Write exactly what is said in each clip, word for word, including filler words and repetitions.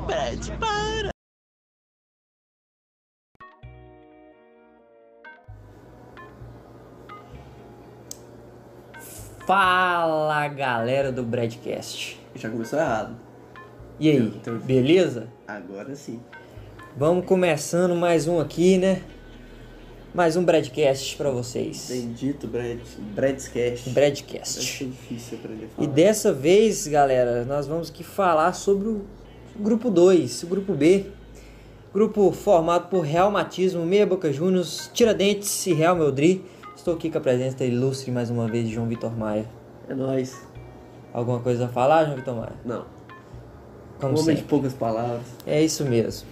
Brad, para! Fala, galera do Bradcast. Já começou errado. E aí, Então- beleza? Agora sim. Vamos começando mais um aqui, né? Mais um Bradcast pra vocês. Bendito Brad, Bradscast. Deve Bradcast. ser difícil aprender a E falar. dessa vez, galera, nós vamos aqui falar sobre o grupo dois, o grupo B. Grupo formado por Real Matismo, Meia Boca Juniors, Tiradentes e Real Meldri. Estou aqui com a presença ilustre mais uma vez de João Vitor Maia. É nóis. Alguma coisa a falar, João Vitor Maia? Não. Como Um homem sempre. de poucas palavras. É isso mesmo.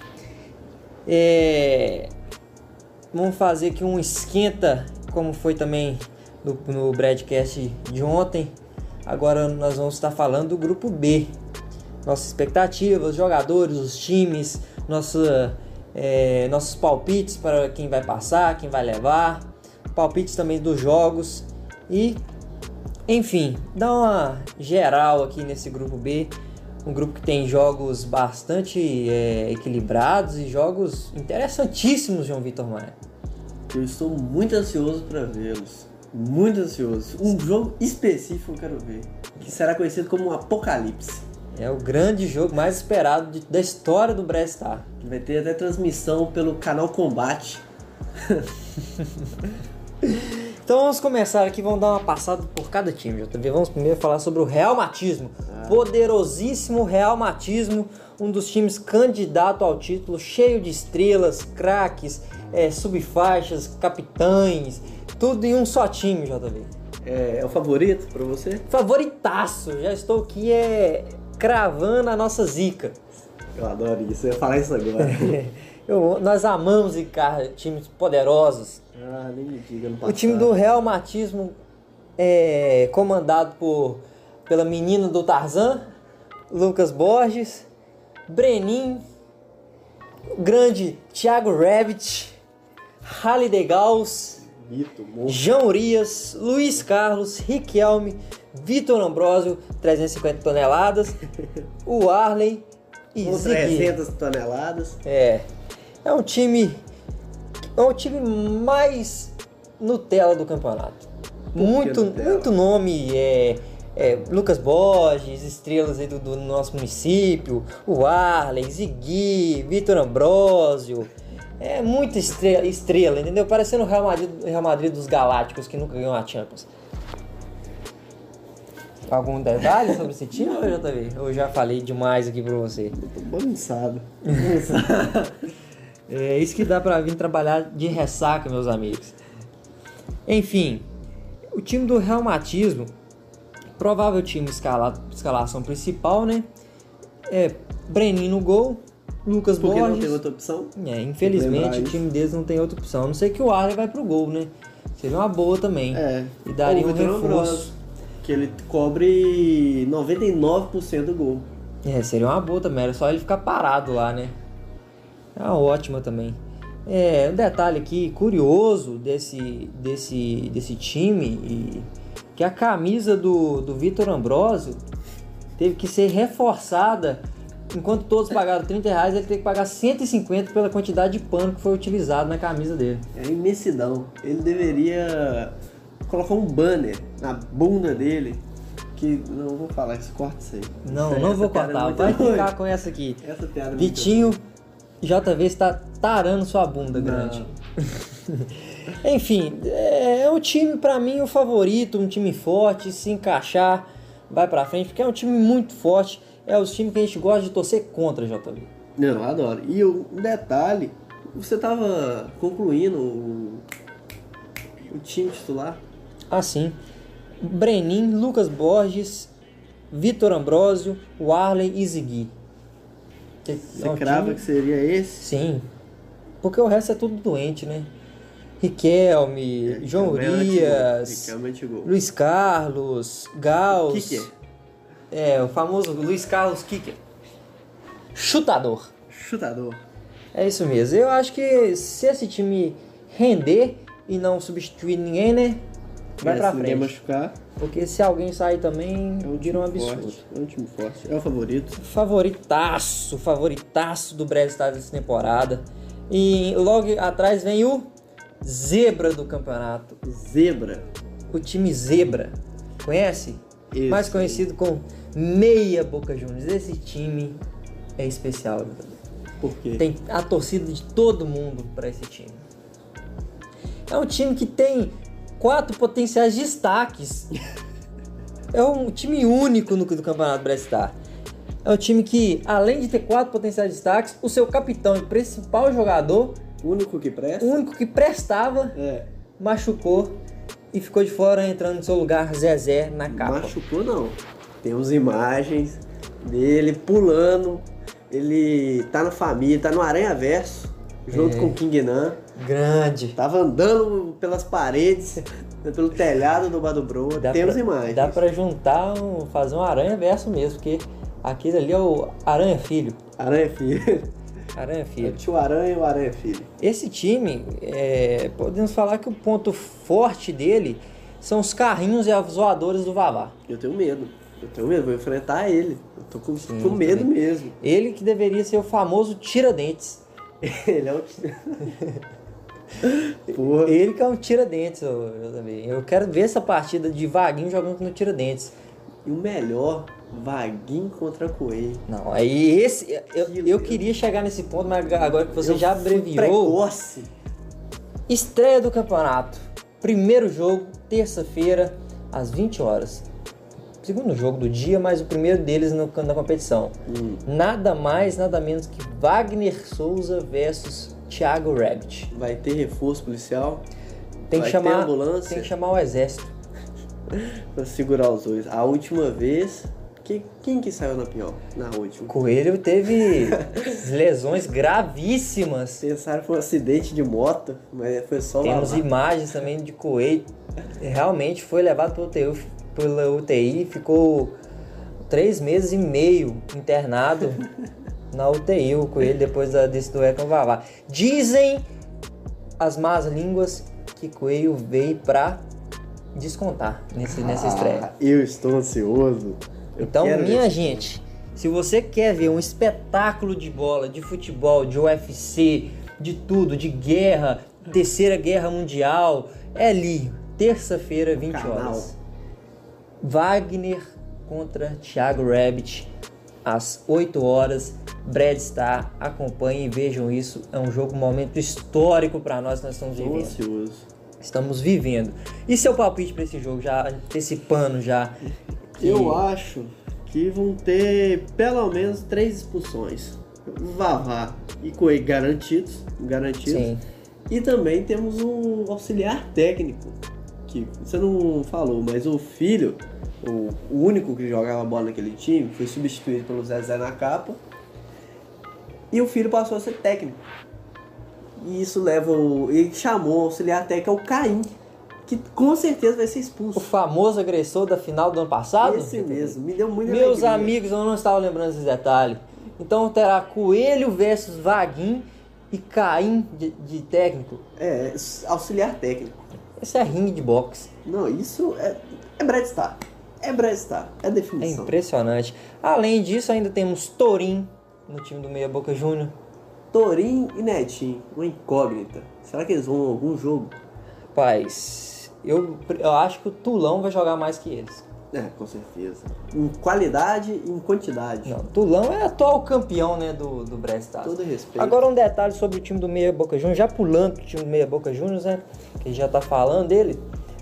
É... Vamos fazer aqui um esquenta, como foi também no, no Bradcast de ontem. Agora nós vamos estar falando do grupo B. Nossas expectativas, os jogadores, os times, nossa, é, nossos palpites para quem vai passar, quem vai levar, palpites também dos jogos e, enfim, dá uma geral aqui nesse grupo B. Um grupo que tem jogos bastante é, equilibrados e jogos interessantíssimos, João Vitor Maia. Eu estou muito ansioso para vê-los. Muito ansioso. Um jogo específico eu quero ver. Que será conhecido como um Apocalipse. É o grande jogo mais esperado de, da história do Brawl Stars. Que vai ter até transmissão pelo canal Combate. Então vamos começar aqui, vamos dar uma passada por cada time, J V. Vamos primeiro falar sobre o Real Matismo. Ah. Poderosíssimo Real Matismo, um dos times candidato ao título, cheio de estrelas, craques, é, subfaixas, capitães, tudo em um só time, J V. É, é o favorito para você? Favoritaço, já estou aqui é, cravando a nossa zica. Eu adoro isso, eu ia falar isso agora. Eu, nós amamos zicar times poderosos. Ah, nem me diga no O passado. time do Real Matismo é comandado por, pela menina do Tarzan, Lucas Borges, Brenin, o grande Thiago Rabbit, Halide Gauss, Mito, monstro. João Urias, Luiz Carlos, Riquelme, Vitor Ambrosio, trezentas e cinquenta toneladas, o Arley e Com Ziggy. trezentas toneladas. É, é um time, é o time mais Nutella do campeonato. Muito, Nutella? muito nome, é, é, Lucas Borges, estrelas aí do, do nosso município, o Arley, Ziggy, Vitor Ambrosio. É muita estrela, estrela, entendeu? Parecendo o Real Madrid, Real Madrid dos Galácticos que nunca ganhou a Champions. Algum detalhe sobre esse time, ou eu já, eu já falei demais aqui pra você? Eu tô balançado. É isso que dá pra vir trabalhar de ressaca, meus amigos. Enfim, o time do Real Matismo, provável time escala, escalação principal, né? É Brenin no gol, Lucas Porque Borges. não tem outra opção? É, infelizmente o time deles não tem outra opção. A não ser que o Arley vai pro gol, né? Seria uma boa também. É. E daria Ou um o Vitor reforço. Ambrosio, que ele cobre noventa e nove por cento do gol. É, seria uma boa também. Era só ele ficar parado lá, né? É uma ótima também. É, um detalhe aqui curioso desse, desse, desse time, e, que a camisa do, do Vitor Ambrosio teve que ser reforçada. Enquanto todos pagaram trinta reais, ele teve que pagar cento e cinquenta pela quantidade de pano que foi utilizado na camisa dele. É imensidão. Ele deveria colocar um banner na bunda dele. Que não vou falar isso, corta isso aí. Não, Essa- não essa vou piada é cortar, muito vai ruim. ficar com essa aqui. Essa piada é Vitinho, muito J V está tarando sua bunda grande. Não. Enfim, é um time pra mim o favorito, um time forte, se encaixar, vai pra frente, porque é um time muito forte, é os times que a gente gosta de torcer contra, J V. Não, eu adoro. E um detalhe, você tava concluindo o, o time titular? Assim, Brenin, Lucas Borges, Vitor Ambrosio, o Arley e Ziggy. Você É um crava time- que seria esse? Sim, porque o resto é tudo doente, né? Riquelme, João Urias, Realmente gol. Luiz Carlos, Gauss. Kicker. É, o famoso Luiz Carlos Kicker. Chutador. Chutador. É isso mesmo. Eu acho que se esse time render e não substituir ninguém, né? vai Mas pra se ninguém frente. machucar, Porque se alguém sair também, é um vira um time absurdo. forte. É um time forte. É o favorito. Favoritaço, favoritaço do Brad Stars dessa temporada. E logo atrás vem o zebra do campeonato. Zebra. O time Zebra. Conhece? Esse. Mais conhecido como Meia Boca Juniors. Esse time é especial. Por quê? Tem a torcida de todo mundo para esse time. É um time que tem quatro potenciais destaques. É um time único no do Campeonato Brastar. É um time que, além de ter quatro potenciais destaques, o seu capitão e principal jogador, O único que presta? o único que prestava, É. machucou e ficou de fora, entrando no seu lugar Zezé na capa. Machucou não. Temos imagens dele pulando. Ele tá na família, tá no Aranha Verso, junto É. com o King Nan. Grande. Tava andando pelas paredes, pelo telhado do Bado Bro. Dá Temos pra, imagens. Dá pra juntar, um, fazer um aranha verso mesmo, porque aquele ali é o Aranha Filho. Aranha Filho. Aranha O Filho. tio Aranha e o Aranha Filho. Esse time, é, podemos falar que o ponto forte dele são os carrinhos e as voadoras do Vavá. Eu tenho medo. Eu tenho medo, vou enfrentar ele. Eu tô com, Sim, com medo também. mesmo. Ele que deveria ser o famoso tira-dentes. Ele é o. Porra. Ele que é um tira-dentes, eu, eu também. Eu quero ver essa partida de Vaguinho jogando no tira-dentes. E o melhor, Vaguinho contra Coelho. Não, aí esse. Eu, Que eu Deus. queria chegar nesse ponto, mas agora que você Eu já fui abreviou. Precoce. Estreia do campeonato. Primeiro jogo, terça-feira, às vinte horas. Segundo jogo do dia, mas o primeiro deles no, na competição. Hum. Nada mais, nada menos que Wagner Souza versus Thiago Rabbit. Vai ter reforço policial Tem que Vai ter chamar, ambulância? tem que chamar o exército. pra segurar os dois. A última vez, que, quem que saiu na pior? Na última. Coelho teve lesões gravíssimas. Pensaram que foi um acidente de moto, mas foi só Temos lavar. imagens também de Coelho. Realmente foi levado pelo U T I, pela U T I, ficou três meses e meio internado na U T I, o Coelho, depois da, desse duelo com o Vavá. Dizem as más línguas que Coelho veio pra descontar nesse, nessa estreia. Ah, eu estou ansioso. Eu Então, quero minha ver. gente, se você quer ver um espetáculo de bola, de futebol, de U F C, de tudo, de guerra, terceira guerra mundial, é ali, terça-feira, vinte canal. horas. Wagner contra Thiago Rabbit, às oito horas. Brad Star, acompanhem e vejam isso. É um jogo, um momento histórico para nós que nós estamos Estou vivendo. ansioso. Estamos vivendo. E seu palpite para esse jogo, já antecipando já? que- Eu acho que vão ter pelo menos três expulsões. Vavá e Coelho garantidos, garantidos. Sim. E também temos um auxiliar técnico, que você não falou, mas o filho, o, o único que jogava bola naquele time, foi substituído pelo Zezé na capa. E o filho passou a ser técnico. E isso leva o... Ele chamou o auxiliar técnico, é o Caim, que com certeza vai ser O expulso. famoso agressor da final do ano passado? Esse mesmo, me deu muita Meus alegria. amigos, eu não estava lembrando desse detalhe. Então terá Coelho versus Vaguinho e Caim de, de técnico. É, auxiliar técnico. Esse é ringue de boxe. Não, isso é, é Brad Star. É Brad Star, é É definição. impressionante. Além disso, ainda temos Torim no time do Meia Boca Júnior. Torim e Netinho, uma incógnita. Será que eles vão a algum jogo? Rapaz, eu, eu acho que o Tulão vai jogar mais que eles. É, com certeza. Em qualidade e em quantidade. Não, Tulão é atual campeão, né, do, do Brad Stars. Todo respeito. Agora um detalhe sobre o time do Meia Boca Juniors, já pulando pro time do Meia Boca Juniors, né, que já tá falando dele,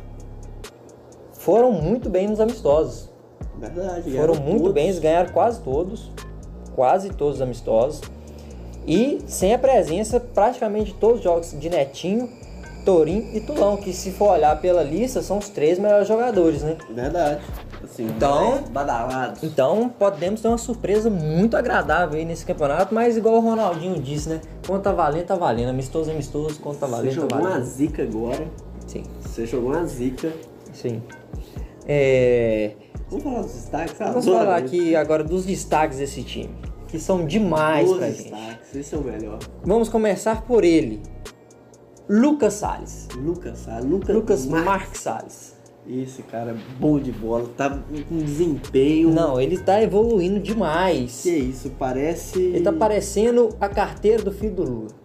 foram muito bem nos amistosos. Verdade. Foram ganharam muito todos. bem, eles ganharam quase todos, quase todos os amistosos. E sem a presença praticamente de todos os jogos de Netinho, Torim e Tulão, que se for olhar pela lista, são os três melhores jogadores, né? Verdade. Assim, Então- mais badalados. Então podemos ter uma surpresa muito agradável aí nesse campeonato, mas igual o Ronaldinho disse, né? Quando tá valendo, tá valendo. Amistoso, amistoso, quando tá Você valendo, tá jogou uma valendo. zica agora. Sim, Você jogou uma zica. sim. É... Vamos falar dos destaques? Vamos Adoro falar isso. aqui agora dos destaques desse time, que são demais Os pra gente. destaques, esse é o melhor. Vamos começar por ele, Lucas Salles. Lucas, sabe? Lucas, Lucas Mar- Marques Salles. Esse cara é bom de bola, tá com desempenho. Não, ele tá evoluindo demais. Que isso, parece... Ele tá parecendo a carteira do filho do Lula.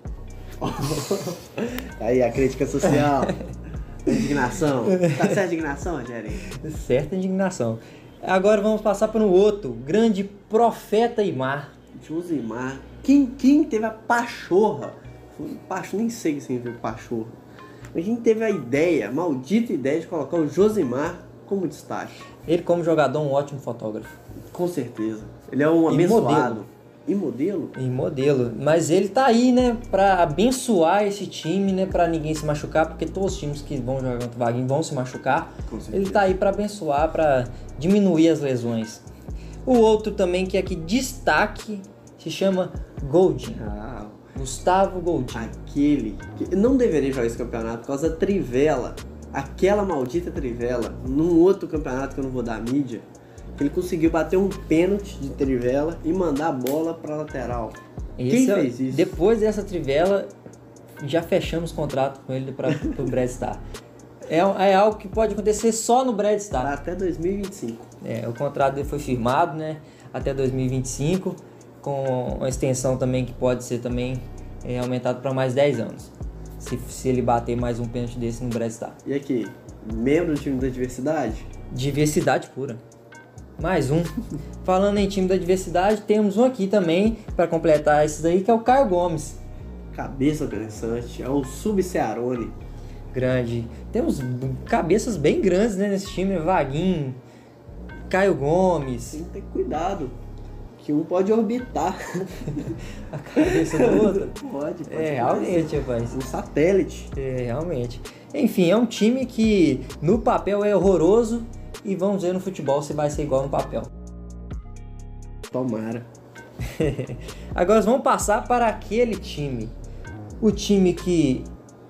Aí, a crítica social. Indignação. Tá certa a indignação, Jerry? Certa indignação. Agora vamos passar para um outro. Grande Profeta Aimar. Josimar. Quem, quem teve a pachorra? Pachorra, nem sei o que significa pachorra. Mas quem teve a ideia, a maldita ideia de colocar o Josimar como destaque? Ele, como jogador, um ótimo fotógrafo. Com certeza. Ele é um E abençoado. modelo. E modelo? E modelo. Mas ele tá aí, né, pra abençoar esse time, né, pra ninguém se machucar, porque todos os times que vão jogar contra o Vaguinho vão se machucar. Com certeza. Ele tá aí pra abençoar, pra diminuir as lesões. O outro também que é aqui destaque se chama Goldin. Ah, Gustavo Goldin. aquele que não deveria jogar esse campeonato por causa da trivela. Aquela maldita trivela, num outro campeonato que eu não vou dar mídia, que ele conseguiu bater um pênalti de trivela e mandar a bola pra lateral. Esse Quem é- fez isso? Depois dessa trivela, já fechamos contrato com ele para o Brad Star. É, é algo que pode acontecer só no Brad Tá Star. até dois mil e vinte e cinco. É, o contrato dele foi firmado, né, até dois mil e vinte e cinco, com uma extensão também que pode ser também é, aumentado para mais dez anos. Se, se ele bater mais um pênalti desse no Brad Star. E aqui, membro do time da diversidade? Diversidade pura. Mais um. Falando em time da diversidade, temos um aqui também para completar esses aí, que é o Caio Gomes. Cabeça pensante, é o Subcearone. Grande. Temos cabeças bem grandes, né, nesse time. Vaguinho, Caio Gomes. Tem que ter cuidado, que um pode orbitar. A cabeça do outro. Pode, pode. É, realmente, rapaz. Um satélite. É, realmente. Enfim, é um time que no papel é horroroso e vamos ver no futebol se vai ser igual no papel. Tomara. Agora vamos passar para aquele time. O time que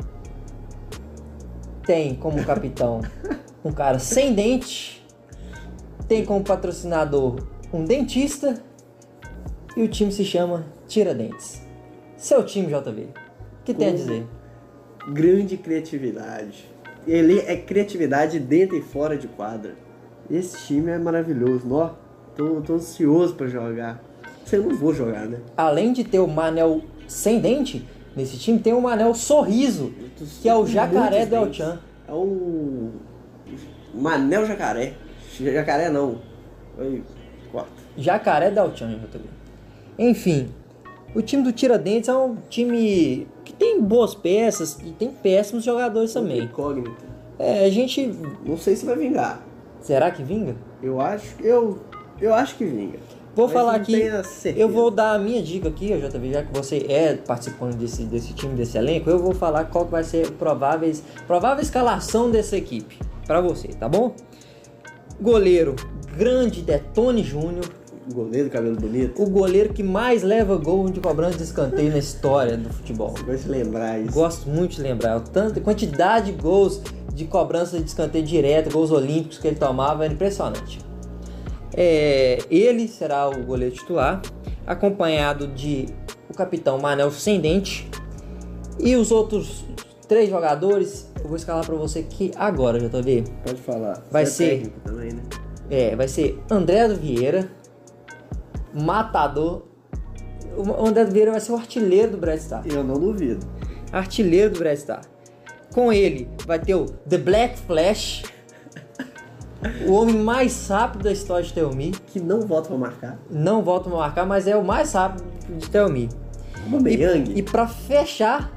tem como capitão um cara sem dente, tem como patrocinador um dentista e o time se chama Tiradentes. Seu time, J V, o que tem a dizer? Grande criatividade. Ele é criatividade dentro e fora de quadra. Esse time é maravilhoso. Ó, tô, tô ansioso pra jogar. Eu não vou jogar, né? Além de ter o Manel sem dente, nesse time tem o Manel Sorriso, que é o Jacaré Muitos Del dentes. Chan. É o Manel Jacaré. Jacaré não. Oi, corta. Jacaré Del Chan, J V. Enfim, o time do Tiradentes é um time que tem boas peças e tem péssimos jogadores também. Incógnita. É, a gente... Não sei se vai vingar. Será que vinga? Eu acho, eu, eu acho que vinga. Vou Mas falar não aqui, tenho a certeza. eu vou dar a minha dica aqui, J V, já que você é participante desse, desse time, desse elenco, eu vou falar qual que vai ser a prováveis, provável escalação dessa equipe pra você, tá bom? Goleiro, grande Detone Júnior, Goleiro, cabelo bonito. o goleiro que mais leva gol de cobrança de escanteio na história do futebol. Você vai se lembrar isso. Gosto muito de lembrar, tanta quantidade de gols de cobrança de escanteio direto, gols olímpicos que ele tomava, era impressionante. É, ele será o goleiro titular, acompanhado de o capitão Manel Sem Dente e os outros três jogadores. Eu vou escalar para você aqui agora, J V. Pode falar. Vai Você é ser- técnico também, né? É, vai ser André do Vieira, matador. O André do Vieira vai ser o artilheiro do Brad Star. Eu não duvido. Artilheiro do Brad Star. Com ele vai ter o The Black Flash, o homem mais rápido da história de Telmi. Que não volta pra marcar. Não volta a marcar, mas é o mais rápido de Telmi. O Aubameyang. E, e para fechar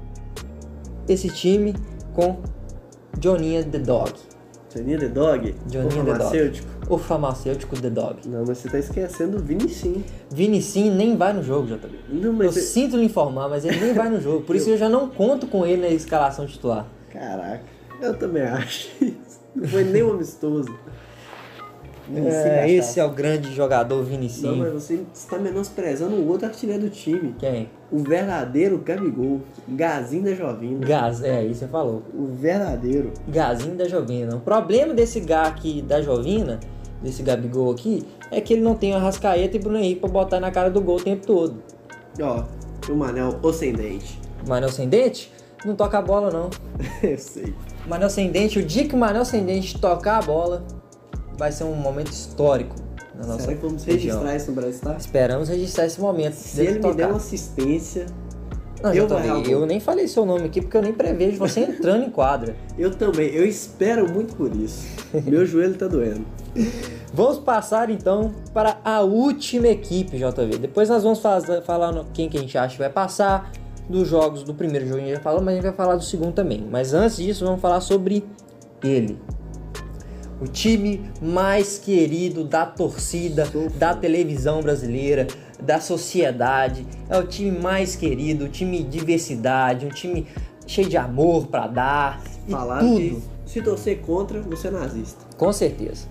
esse time com Joninha The Dog, Joninha The Dog. Joninha o The Dog. farmacêutico. o farmacêutico The Dog. Não, mas você tá esquecendo o Vinicius. Vinicius nem vai no jogo, J V. Não, Eu mas... você- sinto lhe informar, mas ele nem vai no jogo. Por isso eu já não conto com ele na escalação titular. Caraca, eu também acho isso. Não foi nem um amistoso. Vinicius É, gastaço. esse é o grande jogador Não, Vinicius. mas você está menosprezando o outro artilheiro do time. Quem? O verdadeiro Gabigol. Gazinho da Jovina. Gás, é, aí você falou. O verdadeiro. Gazinho da Jovina. O problema desse Gá aqui da Jovina, desse Gabigol aqui, é que ele não tem Arrascaeta e Bruno Henrique pra botar na cara do gol o tempo todo. Ó, o Manel Ascendente. Mas não sem dente, não toca a bola não. Eu sei. Manel Sem Dente, o dia que o Manel Sem Dente tocar a bola, vai ser um momento histórico na nossa Será que vamos região. registrar isso no Brasil Star? Esperamos registrar esse momento. Se ele tocar. me der uma assistência, Não, eu eu, vou errar o gol. eu nem falei seu nome aqui porque eu nem prevejo você entrando em quadra. Eu também, eu espero muito por isso. Meu joelho tá doendo. Vamos passar então para a última equipe, J V. Depois nós vamos fazer, falar no, quem que a gente acha que vai passar, dos jogos do primeiro jogo a gente já falou, mas a gente vai falar do segundo também. Mas antes disso, vamos falar sobre ele. O time mais querido da torcida, da televisão brasileira, da sociedade. É o time mais querido, o time de diversidade, um time cheio de amor pra dar. E Falaram tudo. que se torcer contra, você é nazista. Com certeza.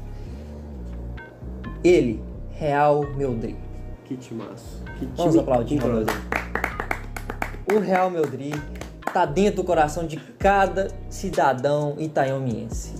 Ele, Real Meldri. Que timaço. Que time Vamos aplaudir, incrível. O Real Meldri tá dentro do coração de cada cidadão itanhomiense.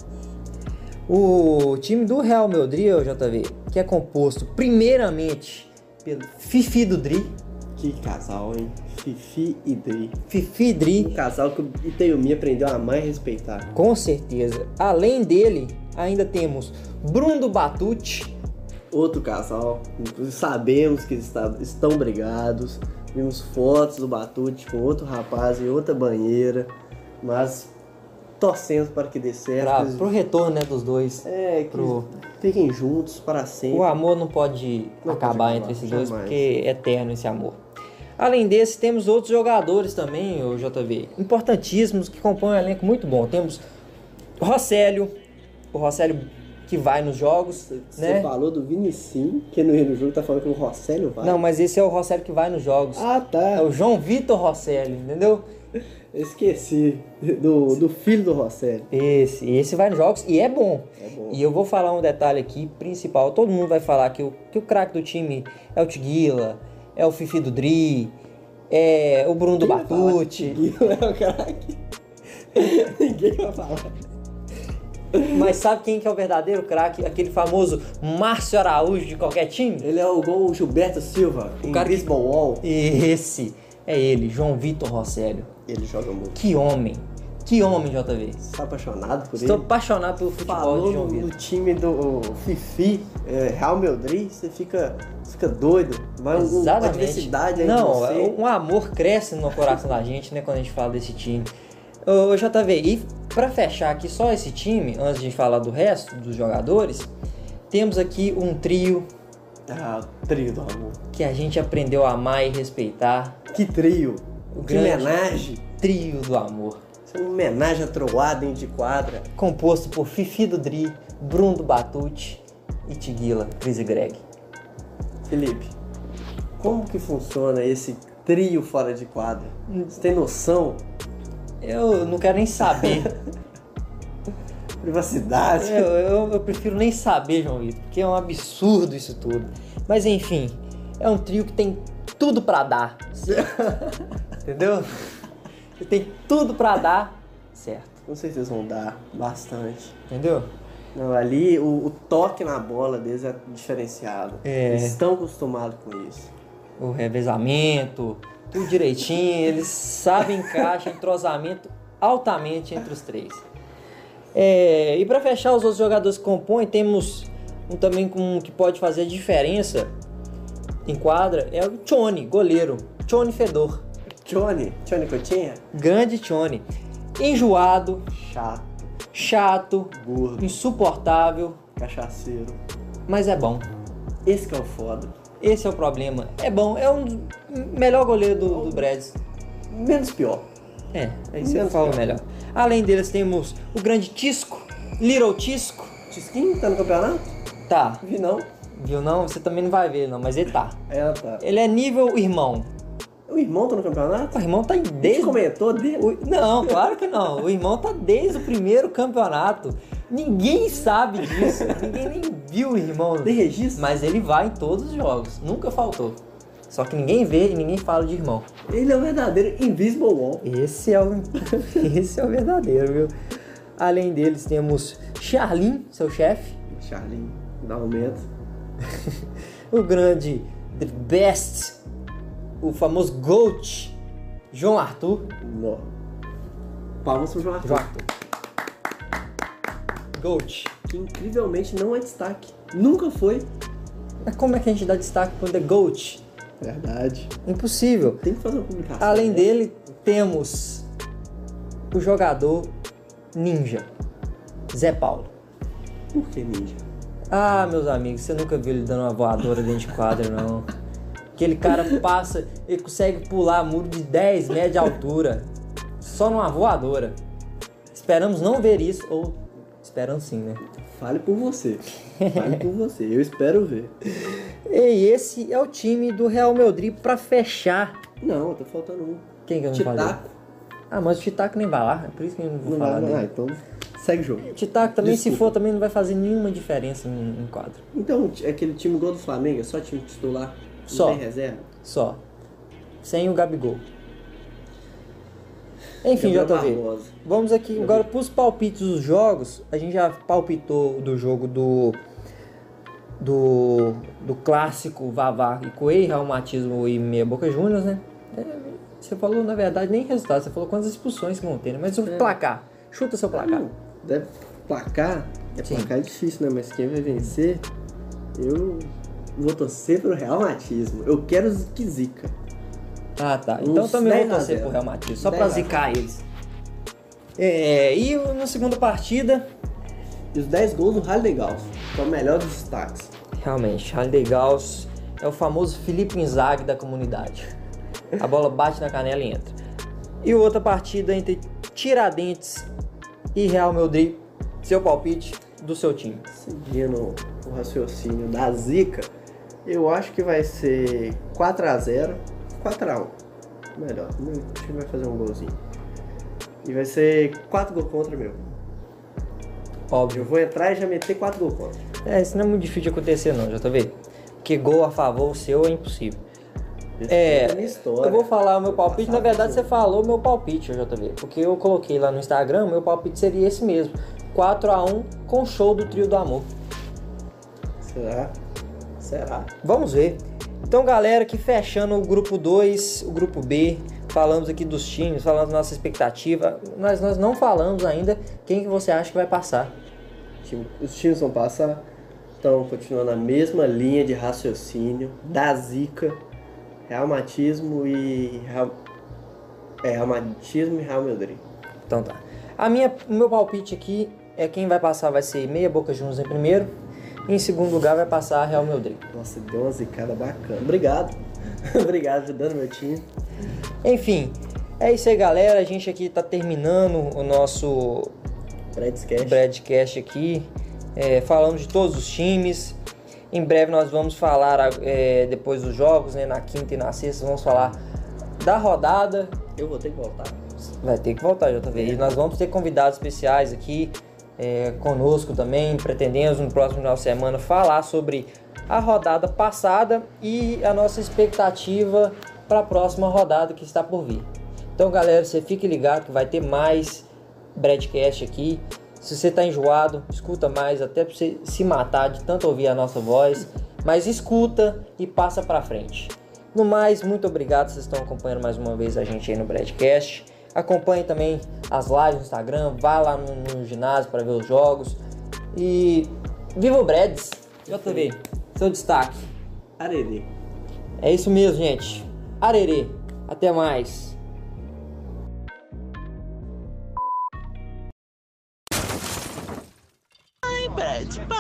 O time do Real Meldri, J V, que é composto primeiramente pelo Fifi do Dri. Que casal, hein? Fifi e Dri. Fifi Dri, Um casal que o Itaiomi aprendeu a amar e respeitar. com certeza. Além dele, ainda temos Bruno Batucci. Outro casal. Sabemos que está- estão brigados. Vimos fotos do Batute com outro rapaz em outra banheira. Mas torcendo para que dê certo. Pra, Eles- pro retorno, né, dos dois. É, que pro- fiquem juntos para sempre. O amor não pode Não acabar pode acabar, entre esses dois, jamais. porque é eterno esse amor. Além desse, temos outros jogadores também, o J V, importantíssimos, que compõem um elenco muito bom. Temos o Rosélio, o Rosélio que vai nos jogos, Você né? falou do Vinicim, que não ia no jogo, tá falando que o Rosélio vai. Não, mas esse é o Rosélio que vai nos jogos. Ah, tá. É o João Vitor Rosélio, entendeu? Eu esqueci do, do filho do Rosélio. Esse, esse vai nos jogos e é bom. É bom. E eu vou falar um detalhe aqui, principal. Todo mundo vai falar que o, que o craque do time é o Tiguila, é o Fifi do Dri, é o Bruno do Quem vai falar Batucci. que Guilherme é o craque? Ninguém vai falar. Mas sabe quem que é o verdadeiro craque? Aquele famoso Márcio Araújo de qualquer time? Ele é o igual o Gilberto Silva, o cara que- Baseball Wall. Esse é ele, João Vitor Rosélio. Ele joga muito. Que homem, que homem, J V. Você tá apaixonado por Estou ele? apaixonado pelo futebol Falou de João no, no Vitor. time do Fifi, é, Real Meldri, você fica, fica doido. Vai um- uma Exatamente. diversidade aí Não, em você. um amor cresce no coração da gente, né, quando a gente fala desse time. Ô, J V, e pra fechar aqui só esse time, antes de a gente falar do resto dos jogadores, temos aqui um trio Ah, trio do amor. que a gente aprendeu a amar e respeitar. Que trio. O Que grande homenagem. Trio do amor. Isso é uma homenagem a troar dentro de quadra. Composto por Fifi do Dri, Bruno do Batucci e Tiguila, Cris e Greg. Felipe, como que funciona esse trio fora de quadra? Você tem noção? Eu não quero nem saber. Privacidade. eu, eu, eu prefiro nem saber, João Vitor, porque é um absurdo isso tudo. Mas enfim, é um trio que tem tudo pra dar. Entendeu? Que tem tudo pra dar certo. Com certeza vão dar bastante. Entendeu? Não, ali o, o toque na bola deles é diferenciado. É. Eles estão acostumados com isso. O revezamento, tudo direitinho, eles sabem encaixe, entrosamento altamente entre os três. É, e para fechar os outros jogadores que compõem, temos um também com, que pode fazer a diferença em quadra, é o Tchone, goleiro. Tchone Fedor. Johnny, Johnny Coutinho? Grande Tchone. Enjoado, Chato, chato, gordo, insuportável, cachaceiro. mas é bom. Esse que é o foda. Esse é o problema. É bom, é um dos- melhor goleiro do, do Brads. Menos pior. É, aí você Menos fala pior. melhor. Além deles temos o grande Tisco, Little Tisco. Tisquinho tá no campeonato? Tá, Vi não. viu não? Você também não vai ver não, mas ele tá. É, tá. Ele é nível irmão. O irmão tá no campeonato? O irmão tá Desde... desde... comentou dele? O- Não, claro que não. O irmão tá desde o primeiro campeonato. Ninguém sabe disso. Ninguém nem viu o irmão. Tem registro? Mas ele vai em todos os jogos. Nunca faltou. Só que ninguém vê e ninguém fala de irmão. Ele é o verdadeiro Invisible Wall. Esse é o, esse é o verdadeiro, viu? Além deles temos Charlin, seu chefe. Charlinho, dá um aumento. O grande, the best, o famoso GOAT, João Arthur. Nó. Palmas pro João Arthur. João Arthur. GOAT. Que incrivelmente não é destaque. Nunca foi. Mas como é que a gente dá destaque pro The GOAT? Verdade. Impossível. Tem que fazer uma publicação. Além né? dele, temos o jogador ninja, Zé Paulo. Por que ninja? Ah, meus amigos, você nunca viu ele dando uma voadora dentro de quadra, não. Aquele cara passa, ele consegue pular muro de dez metros de altura, só numa voadora. Esperamos não ver isso, ou esperamos sim, né? Fale por você. Fale por você. Eu espero ver. E esse é o time do Real Madrid pra fechar. Não, tá faltando um. Quem que eu não falei? Titaco. Ah, mas o Titaco nem vai lá, é por isso que eu não vou Não falar vai, dele. ah, então segue o jogo. O Titaco também, Desculpa. se for, também não vai fazer nenhuma diferença em, em quadro. Então, aquele time igual do Flamengo, é só time titular? Não Só. tem reserva? Só. Sem o Gabigol. Enfim, Gabriel J V. Barbosa. Vamos aqui agora para os palpites dos jogos. A gente já palpitou do jogo do do, do clássico Vavá e Coelho, Reumatismo e Meia Boca Juniors, né? É, você falou, na verdade, nem resultado. Você falou quantas expulsões que vão ter, né? Mas o É. placar. Chuta seu placar. Não, deve placar. É Sim. placar é difícil, né? Mas quem vai vencer, eu vou torcer pro Reumatismo. Eu quero que zica. Ah, tá. Então Uns também vou dez a torcer zero. pro Reumatismo. Só dez pra a zero. zicar eles. É, e na segunda partida, E os dez gols do Harley Gauss, que é o melhor dos destaques. realmente, Harley Gauss é o famoso Felipe Inzaghi da comunidade. A bola bate na canela e entra. E outra partida entre Tiradentes e Real Madrid. Seu palpite do seu time. Seguindo o raciocínio da zica, eu acho que vai ser quatro a zero, quatro a um. Melhor, o meu time vai fazer um golzinho. E vai ser quatro gols contra meu. Eu Óbvio. vou entrar e já meter quatro gols contra. É, isso não é muito difícil de acontecer não, já tá vendo? Porque gol a favor seu é impossível. É, Essa a minha história. eu vou falar o meu palpite, na Passado verdade por você falou o meu palpite, J V, porque eu coloquei lá no Instagram, meu palpite seria esse mesmo, quatro a um com show do Trio do Amor. Será? Será? Vamos ver. Então galera, que fechando o grupo dois, o grupo B, falamos aqui dos times, falamos da nossa expectativa, mas nós não falamos ainda quem que você acha que vai passar. Time- Os times vão passar, estão continuando a mesma linha de raciocínio da zica, reumatismo e Real... é, reumatismo e Real Madrid. Então tá. A minha, o meu palpite aqui é quem vai passar vai ser Meia Boca Juniors em primeiro, e em segundo lugar vai passar Real Madrid. Nossa, deu uma zicada bacana. Obrigado. Obrigado ajudando meu time. Enfim, é isso aí galera, a gente aqui tá terminando o nosso Breadscast. broadcast aqui, é, falamos de todos os times. Em breve nós vamos falar, é, depois dos jogos, né, na quinta e na sexta, vamos falar da rodada. Eu vou ter que voltar. Vai ter que voltar, J V. E nós vamos ter convidados especiais aqui é, conosco também. Pretendemos no próximo final de semana falar sobre a rodada passada e a nossa expectativa para a próxima rodada que está por vir. Então, galera, você fique ligado que vai ter mais broadcast aqui. Se você está enjoado, escuta mais, até para você se matar de tanto ouvir a nossa voz. Mas escuta e passa para frente. No mais, muito obrigado, vocês estão acompanhando mais uma vez a gente aí no broadcast. Acompanhe também as lives no Instagram, vá lá no, no ginásio para ver os jogos. E viva o Brads! J V, seu destaque. Arerê. É isso mesmo, gente. Arerê. Até mais. Brad,